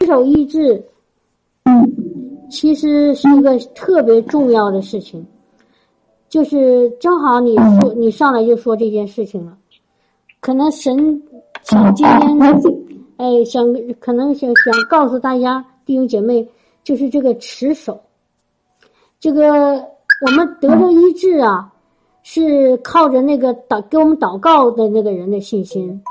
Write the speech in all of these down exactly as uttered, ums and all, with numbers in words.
持守医治其实是一个特别重要的事情，就是正好你说你上来就说这件事情了，可能神想今天哎想可能想想告诉大家弟兄姐妹，就是这个持守，这个我们得着医治啊，是靠着那个祷给我们祷告的那个人的信心，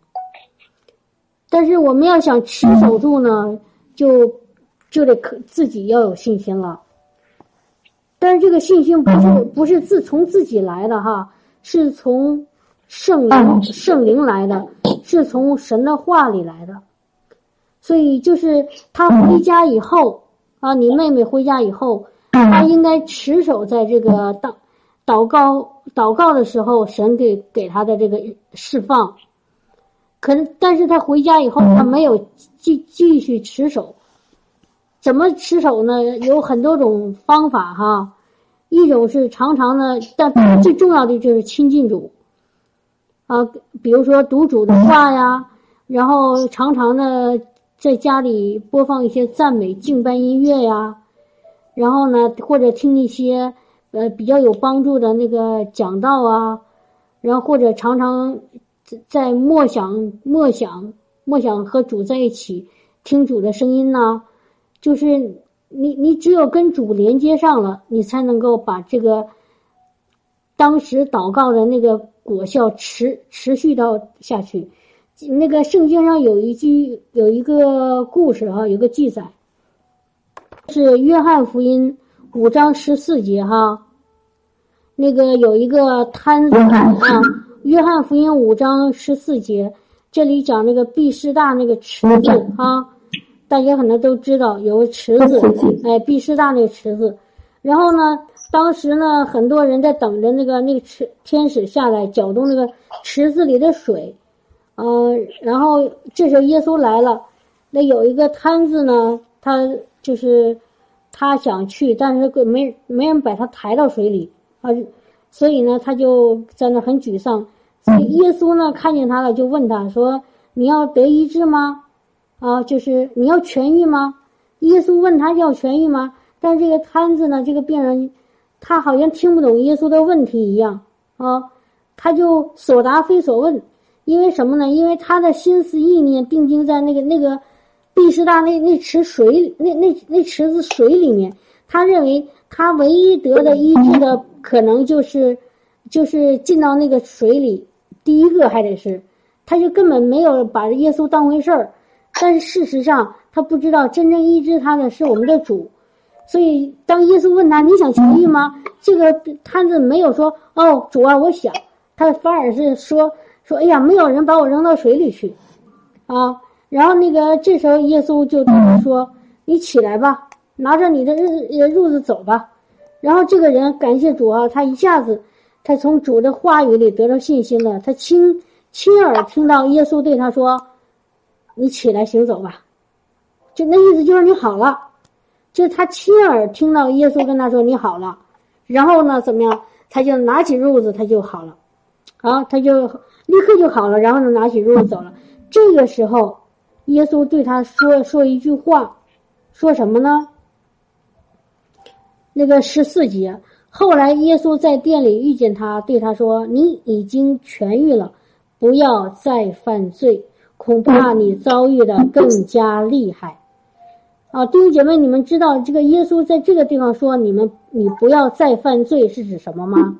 但是我们要想持守住呢，就就得自己要有信心了。但是这个信心不是不是自从自己来的哈，是从圣灵圣灵来的，是从神的话里来的。所以就是他回家以后啊，你妹妹回家以后，他应该持守在这个祷祷告祷告的时候，神给给他的这个释放。可能但是他回家以后，他没有继继续持守。怎么持守呢？有很多种方法哈。一种是常常呢，但最重要的就是亲近主啊，比如说读主的话呀，然后常常呢在家里播放一些赞美敬拜音乐呀，然后呢或者听一些呃比较有帮助的那个讲道啊，然后或者常常在默想默想默想和主在一起听主的声音呢，就是你你只有跟主连接上了，你才能够把这个当时祷告的那个果效持持续到下去。那个圣经上有一句有一个故事哈，有个记载，是约翰福音五章十四节哈。那个有一个摊子啊，约翰福音五章十四节，这里讲那个毕士大那个池子哈。大家可能都知道有个池子，哎，毕士大那个池子。然后呢，当时呢，很多人在等着那个那个池天使下来搅动那个池子里的水，呃，然后这时候耶稣来了，那有一个摊子呢，他就是他想去，但是没没人把他抬到水里啊，所以呢，他就在那很沮丧。所以耶稣呢看见他了，就问他说：“你要得医治吗？”啊，就是你要痊愈吗？耶稣问他要痊愈吗？但是这个摊子呢，这个病人，他好像听不懂耶稣的问题一样啊，他就所答非所问。因为什么呢？因为他的心思意念定睛在那个那个毕士大那那池水那那那池子水里面，他认为他唯一得的医治的可能就是就是进到那个水里，第一个还得是，他就根本没有把耶稣当回事儿。但是事实上他不知道真正医治他的是我们的主，所以当耶稣问他你想痊愈吗，这个摊子没有说哦主啊我想，他反而是说说哎呀没有人把我扔到水里去啊。然后那个这时候耶稣就对他说你起来吧，拿着你的褥子走吧。然后这个人感谢主啊，他一下子他从主的话语里得到信心了，他亲亲耳听到耶稣对他说你起来行走吧，就那意思就是你好了，就是他亲耳听到耶稣跟他说你好了，然后呢怎么样，他就拿起褥子他就好了，啊，他就立刻就好了，然后呢拿起褥子走了。这个时候耶稣对他说说一句话，说什么呢？那个十四节，后来耶稣在店里遇见他，对他说你已经痊愈了，不要再犯罪，恐怕你遭遇的更加厉害。啊，弟兄姐妹，你们知道这个耶稣在这个地方说你们你不要再犯罪是指什么吗？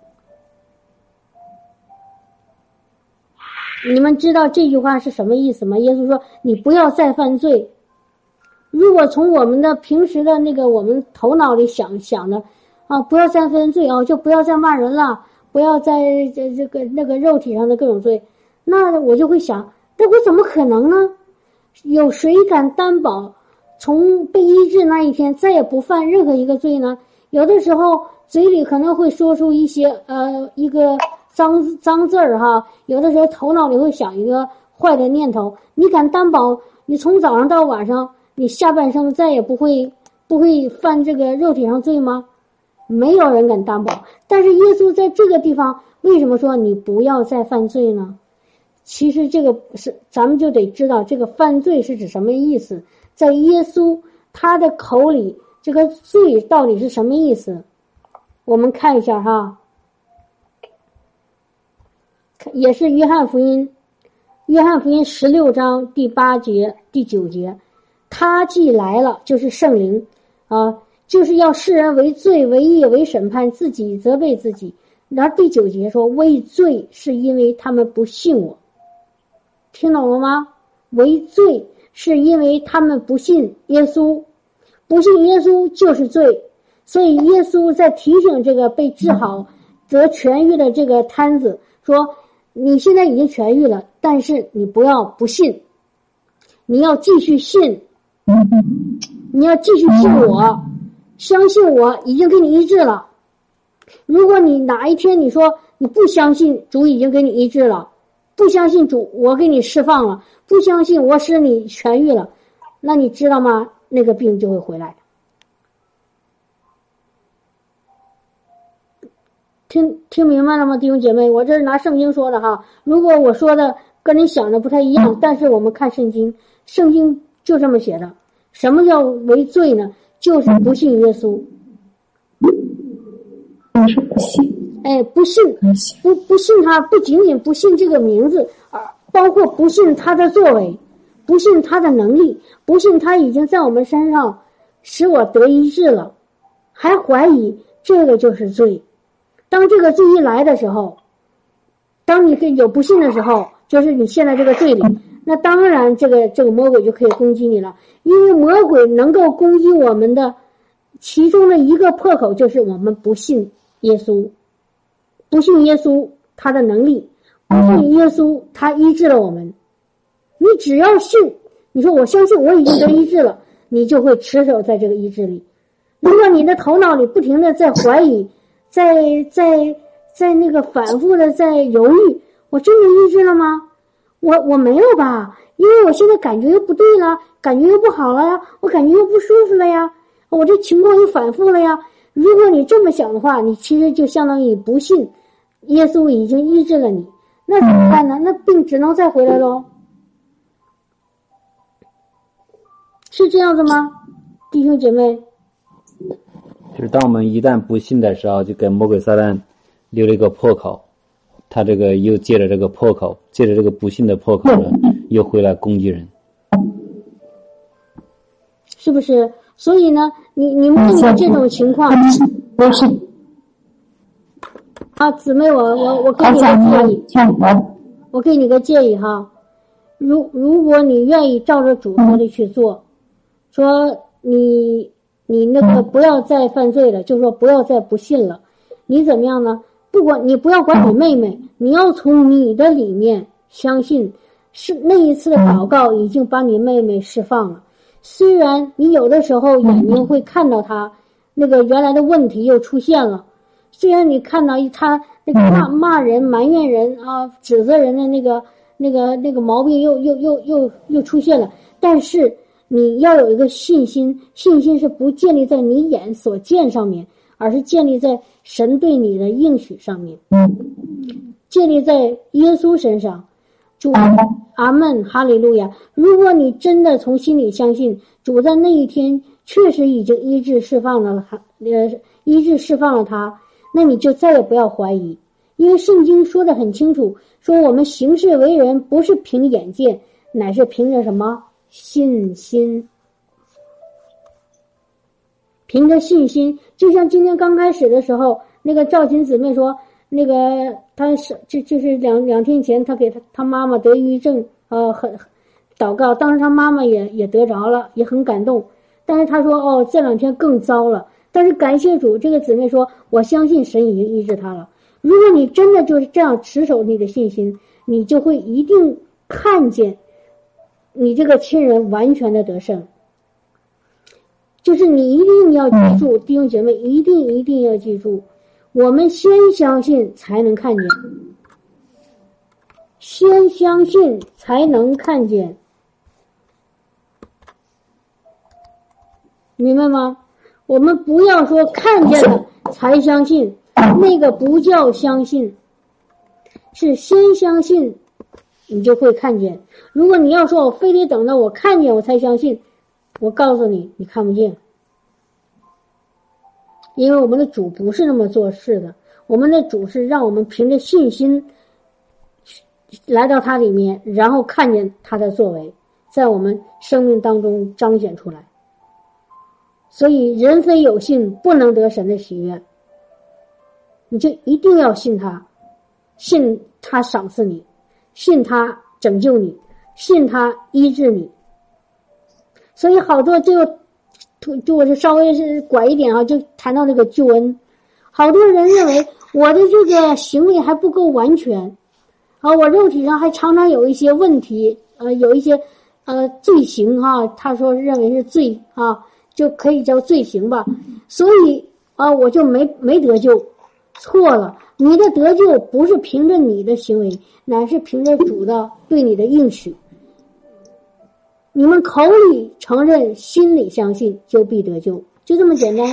你们知道这句话是什么意思吗？耶稣说你不要再犯罪。如果从我们的平时的那个我们头脑里想想的啊，不要再犯罪啊，就不要再骂人了，不要再这这个那个肉体上的各种罪，那我就会想，那我怎么可能呢？有谁敢担保从被医治那一天再也不犯任何一个罪呢？有的时候嘴里可能会说出一些呃一个脏脏字儿哈，有的时候头脑里会想一个坏的念头，你敢担保你从早上到晚上你下半生再也不会不会犯这个肉体上罪吗？没有人敢担保。但是耶稣在这个地方为什么说你不要再犯罪呢？ 其实这个是咱们就得知道这个犯罪是指什么意思，在耶稣他的口里这个罪到底是什么意思，我们看一下哈，也是约翰福音约翰福音十六章第八节第九节，他既来了就是圣灵啊，就是要世人为罪为义为审判，自己责备自己。然后第九节说为罪是因为他们不信我，听懂了吗？为罪是因为他们不信耶稣，不信耶稣就是罪。所以耶稣在提醒这个被治好得痊愈的这个摊子说，你现在已经痊愈了，但是你不要不信，你要继续信，你要继续信我，相信我已经给你医治了。如果你哪一天你说你不相信主已经给你医治了，不相信主我给你释放了，不相信我使你痊愈了，那你知道吗？那个病就会回来。听听明白了吗，弟兄姐妹？我这是拿圣经说的哈。如果我说的跟你想的不太一样，但是我们看圣经，圣经就这么写的。什么叫为罪呢？就是不信耶稣。 我是不信。 哎，不信，不不信他，不仅仅不信这个名字，而包括不信他的作为，不信他的能力，不信他已经在我们身上使我得医治了，还怀疑，这个就是罪。当这个罪一来的时候，当你有不信的时候，就是你陷在这个罪里，那当然这个这个魔鬼就可以攻击你了。因为魔鬼能够攻击我们的其中的一个破口就是我们不信耶稣，不信耶稣他的能力，不信耶稣他医治了我们。你只要信，你说我相信我已经得医治了，你就会持守在这个医治里。如果你的头脑里不停的在怀疑，在在在那个反复的在犹豫，我真的医治了吗？我我没有吧，因为我现在感觉又不对了，感觉又不好了呀，我感觉又不舒服了呀，我这情况又反复了呀。如果你这么想的话，你其实就相当于不信耶稣已经医治了你，那怎么办呢？那病只能再回来咯。是这样子吗，弟兄姐妹？ 就是当我们一旦不信的时候，就给魔鬼撒旦留了一个破口，他这个又借着这个破口，借着这个不信的破口呢，又回来攻击人， 是不是？所以呢，你你面对这种情况， 我是啊，姊妹，我我我给你个建议，我给你个建议哈，如如果你愿意照着主说的去做，说你。你那个不要再犯罪了，就是说不要再不信了。你怎么样呢？不管你不要管你妹妹，你要从你的里面相信，是那一次的祷告已经把你妹妹释放了。虽然你有的时候眼睛会看到她那个原来的问题又出现了，虽然你看到她那个骂骂人、埋怨人啊、指责人的那个那个那个毛病又又又又又出现了，但是。你要有一个信心，信心是不建立在你眼所见上面，而是建立在神对你的应许上面，建立在耶稣身上。主，阿们，哈利路亚。如果你真的从心里相信主在那一天确实已经医治释放了他，呃，医治释放了他，那你就再也不要怀疑，因为圣经说得很清楚，说我们行事为人不是凭眼见，乃是凭着什么？信心，凭着信心，就像今天刚开始的时候，那个赵琴姊妹说，那个她是就就是两两天前，她给她她妈妈得抑郁症，呃，很祷告，当时她妈妈也也得着了，也很感动。但是她说，哦，这两天更糟了。但是感谢主，这个姊妹说，我相信神已经医治她了。如果你真的就是这样持守你的信心，你就会一定看见。你这个亲人完全的得胜，就是你一定要记住，弟兄姐妹一定一定要记住，我们先相信才能看见，先相信才能看见，明白吗？我们不要说看见了才相信，那个不叫相信，是先相信你就会看见。如果你要说我非得等到我看见我才相信，我告诉你，你看不见。因为我们的主不是那么做事的，我们的主是让我们凭着信心来到他里面，然后看见他的作为在我们生命当中彰显出来。所以人非有信不能得神的喜悦，你就一定要信他，信他赏赐你，信他拯救你，信他医治你。所以好多就就我就稍微是拐一点啊，就谈到这个救恩。好多人认为我的这个行为还不够完全啊，我肉体上还常常有一些问题，呃，有一些呃罪行哈、啊，他说认为是罪啊，就可以叫罪行吧。所以啊，我就没没得救。错了，你的得救不是凭着你的行为，乃是凭着主的对你的应许。你们口里承认，心里相信，就必得救，就这么简单。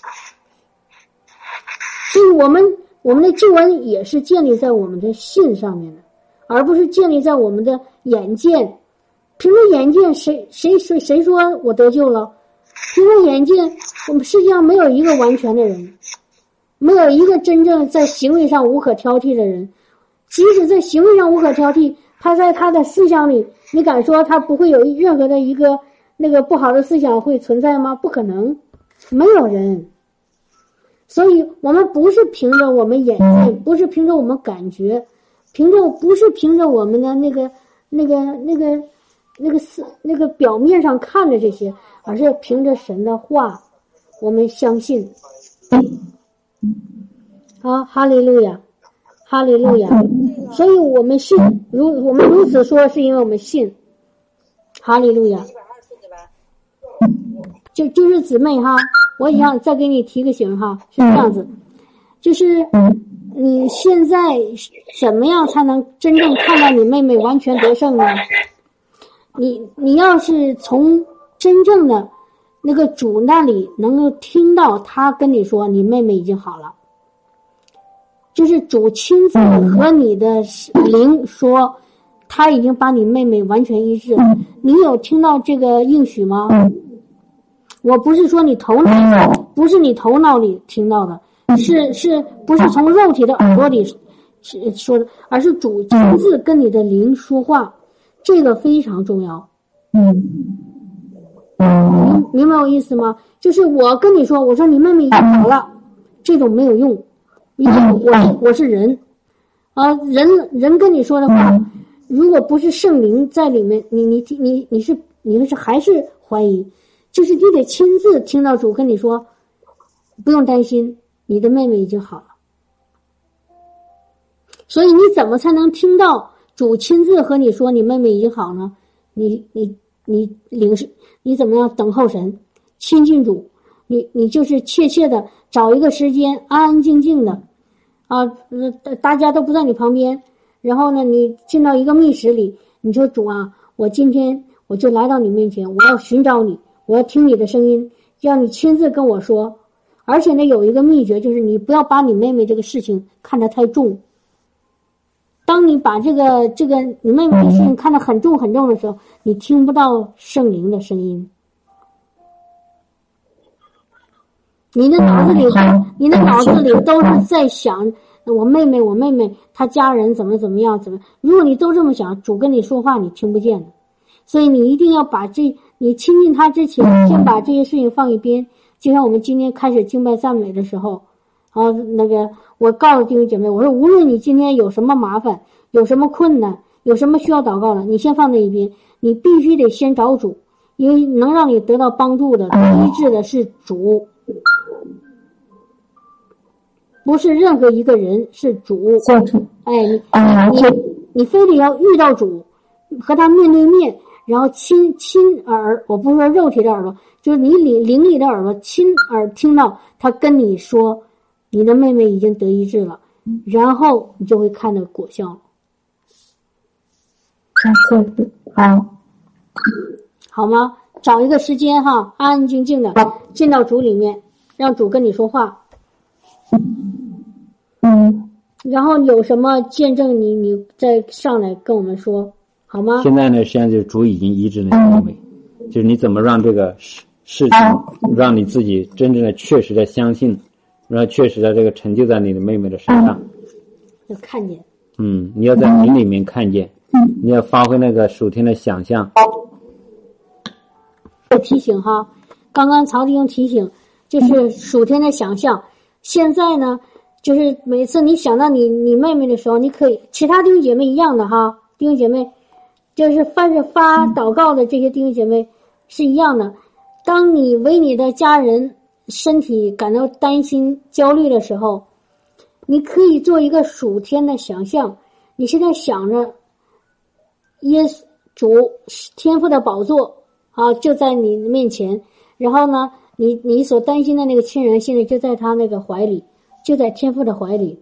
所以我们我们的救恩也是建立在我们的信上面的，而不是建立在我们的眼见。凭着眼见，谁谁谁谁说我得救了？凭着眼见，我们世界上没有一个完全的人，没有一个真正在行为上无可挑剔的人。即使在行为上无可挑剔，他在他的思想里，你敢说他不会有任何的一个那个不好的思想会存在吗？不可能，没有人。所以我们不是凭着我们眼见，不是凭着我们感觉，凭着不是凭着我们的那个那个那个那个思那个表面上看的这些，而是凭着神的话，我们相信。好，哈利路亚，哈利路亚。所以我们信，如我们如此说，是因为我们信。哈利路亚。就就是姊妹哈，我想再给你提个醒哈，是这样子，就是你现在怎么样才能真正看到你妹妹完全得胜呢？你你要是从真正的那个主那里能够听到他跟你说你妹妹已经好了，就是主亲自和你的灵说他已经把你妹妹完全医治了，你有听到这个应许吗？我不是说你头脑，不是你头脑里听到的，是是不是从肉体的耳朵里说的，而是主亲自跟你的灵说话，这个非常重要。嗯，明明白我意思吗？就是我跟你说，我说你妹妹已经好了，这种没有用，因为我是我是人啊，人人跟你说的话，如果不是圣灵在里面，你你你你是你是还是怀疑。就是你得亲自听到主跟你说，不用担心，你的妹妹已经好了。所以你怎么才能听到主亲自和你说你妹妹已经好呢？你你你领事，你怎么样等候神，亲近主，你你就是切切的找一个时间，安安静静的啊，大家都不在你旁边，然后呢，你进到一个密室里，你说主啊，我今天我就来到你面前，我要寻找你。我要听你的声音，让你亲自跟我说。而且呢，有一个秘诀，就是你不要把你妹妹这个事情看得太重。当你把这个这个你妹妹的事情看得很重很重的时候，你听不到圣灵的声音。你的脑子里，你的脑子里都是在想我妹妹，我妹妹她家人怎么怎么样怎么。如果你都这么想，主跟你说话你听不见的。所以你一定要把这，你亲近他之前，先把这些事情放一边。就像我们今天开始敬拜赞美的时候，啊，那个我告诉弟兄姐妹，我说无论你今天有什么麻烦，有什么困难，有什么需要祷告的，你先放在一边，你必须得先找主，因为能让你得到帮助的、医治的是主，不是任何一个人，是主。哎，你你你非得要遇到主，和他面对面。然后亲亲耳，我不是说肉体的耳朵，就是你灵灵里的耳朵，亲耳听到他跟你说，你的妹妹已经得医治了，然后你就会看到果效。 好， 好吗？找一个时间哈，安安静静的进到主里面，让主跟你说话。 嗯， 然后有什么见证你你再上来跟我们说好吗？ 现在呢，实际上就是主已经医治那个妹妹，就是你怎么让这个事事情让你自己真正的确实的相信，然后确实的这个成就在你的妹妹的身上。 要看见。 嗯，你要在灵里面看见，你要发挥那个属天的想象。 我提醒哈，刚刚曹弟兄提醒，就是属天的想象。现在呢，就是每次你想到你你妹妹的时候，你可以其他弟兄姐妹一样的哈，弟兄姐妹就是发着发祷告的这些弟兄姐妹是一样的。当你为你的家人身体感到担心、焦虑的时候，你可以做一个属天的想象。你现在想着耶稣主天父的宝座啊，就在你面前，然后呢，你你所担心的那个亲人现在就在他那个怀里，就在天父的怀里，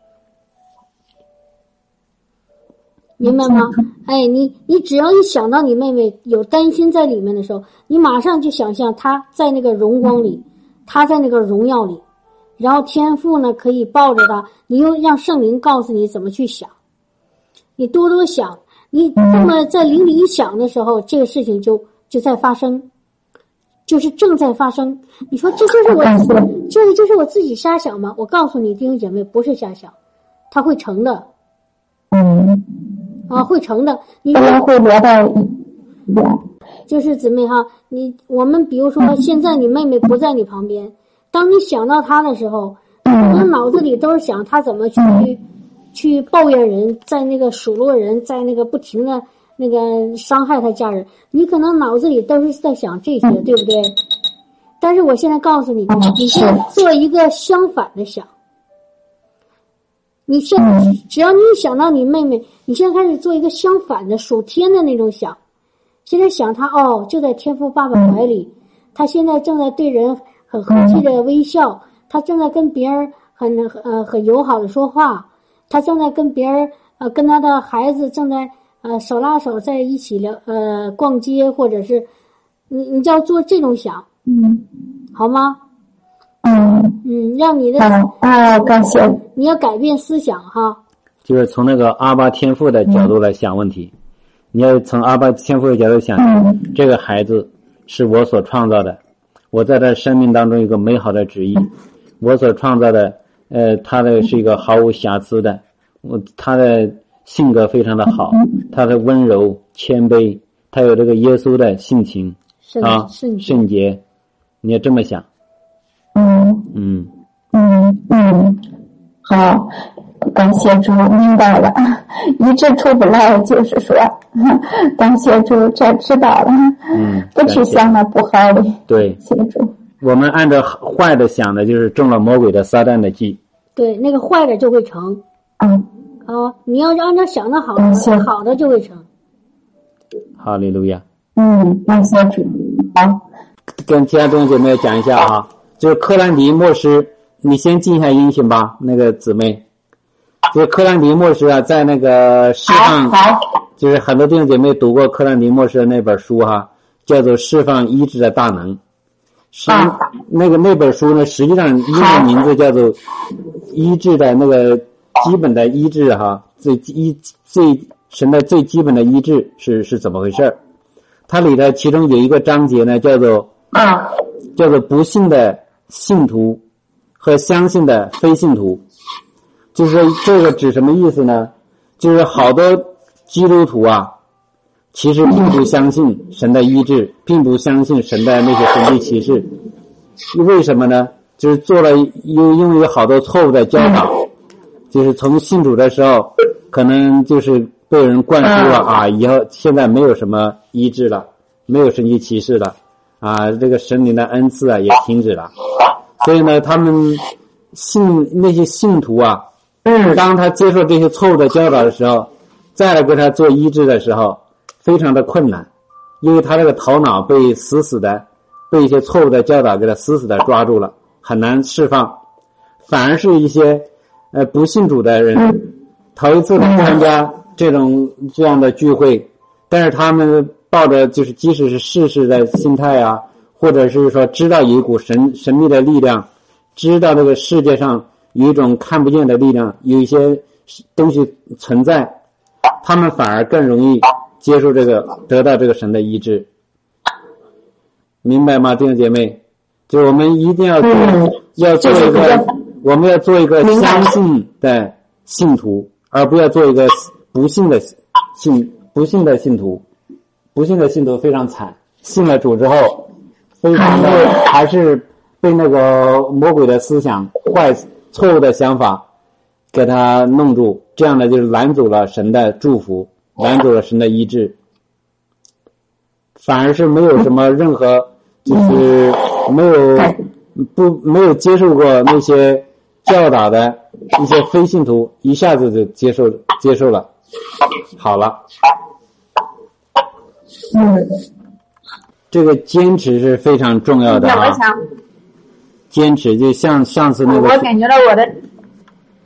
明白吗？哎，你你只要一想到你妹妹有担心在里面的时候，你马上就想象她在那个荣光里，她在那个荣耀里，然后天父呢可以抱着她，你又让圣灵告诉你怎么去想，你多多想，你那么在灵里一想的时候，这个事情就就在发生，就是正在发生。你说这就是我这个就是我自己瞎想吗？我告诉你弟兄姐妹，不是瞎想，它会成的。 嗯， 啊，会成的。你会聊到就是姊妹哈，你我们比如说现在你妹妹不在你旁边，当你想到她的时候，可能脑子里都是想她怎么去去抱怨人，在那个数落人，在那个不停的那个伤害她家人，你可能脑子里都是在想这些，对不对？但是我现在告诉你，你先做一个相反的想。你现在只要你想到你妹妹，你现在开始做一个相反的属天的那种想。现在想她哦，就在天父爸爸怀里，她现在正在对人很和气的微笑，她正在跟别人很呃很友好的说话，她正在跟别人呃跟她的孩子正在呃手拉手在一起聊呃逛街，或者是你你就要做这种想， 嗯， 好吗？ 嗯嗯，让你的啊，感谢你要改变思想哈， 就是从那个阿爸天父的角度来想问题，你要从阿爸天父的角度想，这个孩子是我所创造的，我在他生命当中有一个美好的旨意，我所创造的呃他的是一个毫无瑕疵的，我他的性格非常的好，他的温柔谦卑，他有这个耶稣的性情啊圣洁，你要这么想。 嗯嗯嗯嗯，好，感谢主，明白了，一直出不来，就是说，感谢主，这知道了， 嗯， 不去想那不好的， 对， 谢主。 我们按照坏的想的，就是中了魔鬼的撒旦的计。 对，那个坏的就会成。 嗯， 啊，你要按照想的好的，好的就会成。 哈利路亚。 嗯，感谢主。好， 跟其他弟兄姐妹讲一下哈。就是克兰迪牧师，你先静一下音行吧，那个姊妹。就是克兰迪牧师啊，在那个释放，就是很多弟兄姐妹读过克兰迪牧师的那本书哈，叫做《释放医治的大能》。是那个那本书呢，实际上英文名字叫做《医治的那个基本的医治》哈，最医最神的最基本的医治是是怎么回事？它里头其中有一个章节呢，叫做啊，叫做不信的信徒和相信的非信徒，就是这个指什么意思呢？就是好多基督徒啊，其实并不相信神的医治，并不相信神的那些神迹奇事。为什么呢？就是做了因因为有好多错误的教导，就是从信主的时候，可能就是被人灌输了啊，以后现在没有什么医治了，没有神迹奇事了。啊，这个神灵的恩赐啊也停止了，所以呢，他们信那些信徒啊，当他接受这些错误的教导的时候，再来给他做医治的时候，非常的困难，因为他这个头脑被死死的被一些错误的教导给他死死的抓住了，很难释放。反而是一些呃不信主的人，头一次来参加这种这样的聚会，但是他们抱着就是即使是试试的心态啊，或者是说知道有一股神神秘的力量，知道这个世界上有一种看不见的力量，有一些东西存在，他们反而更容易接受这个，得到这个神的医治。明白吗，弟兄姐妹？就我们一定要做、嗯、要做一个，我们要做一个相信的信徒，而不要做一个不信的信不信的信徒。不信的信徒非常惨，信了主之后，非常的还是被那个魔鬼的思想、坏错误的想法给他弄住，这样的就是拦阻了神的祝福，拦阻了神的医治，反而是没有什么任何，就是没有不没有接受过那些教导的一些非信徒，一下子就接受接受了，好了。 嗯， 这个坚持是非常重要的啊！ 我想坚持就像上次那个， 我感觉到我的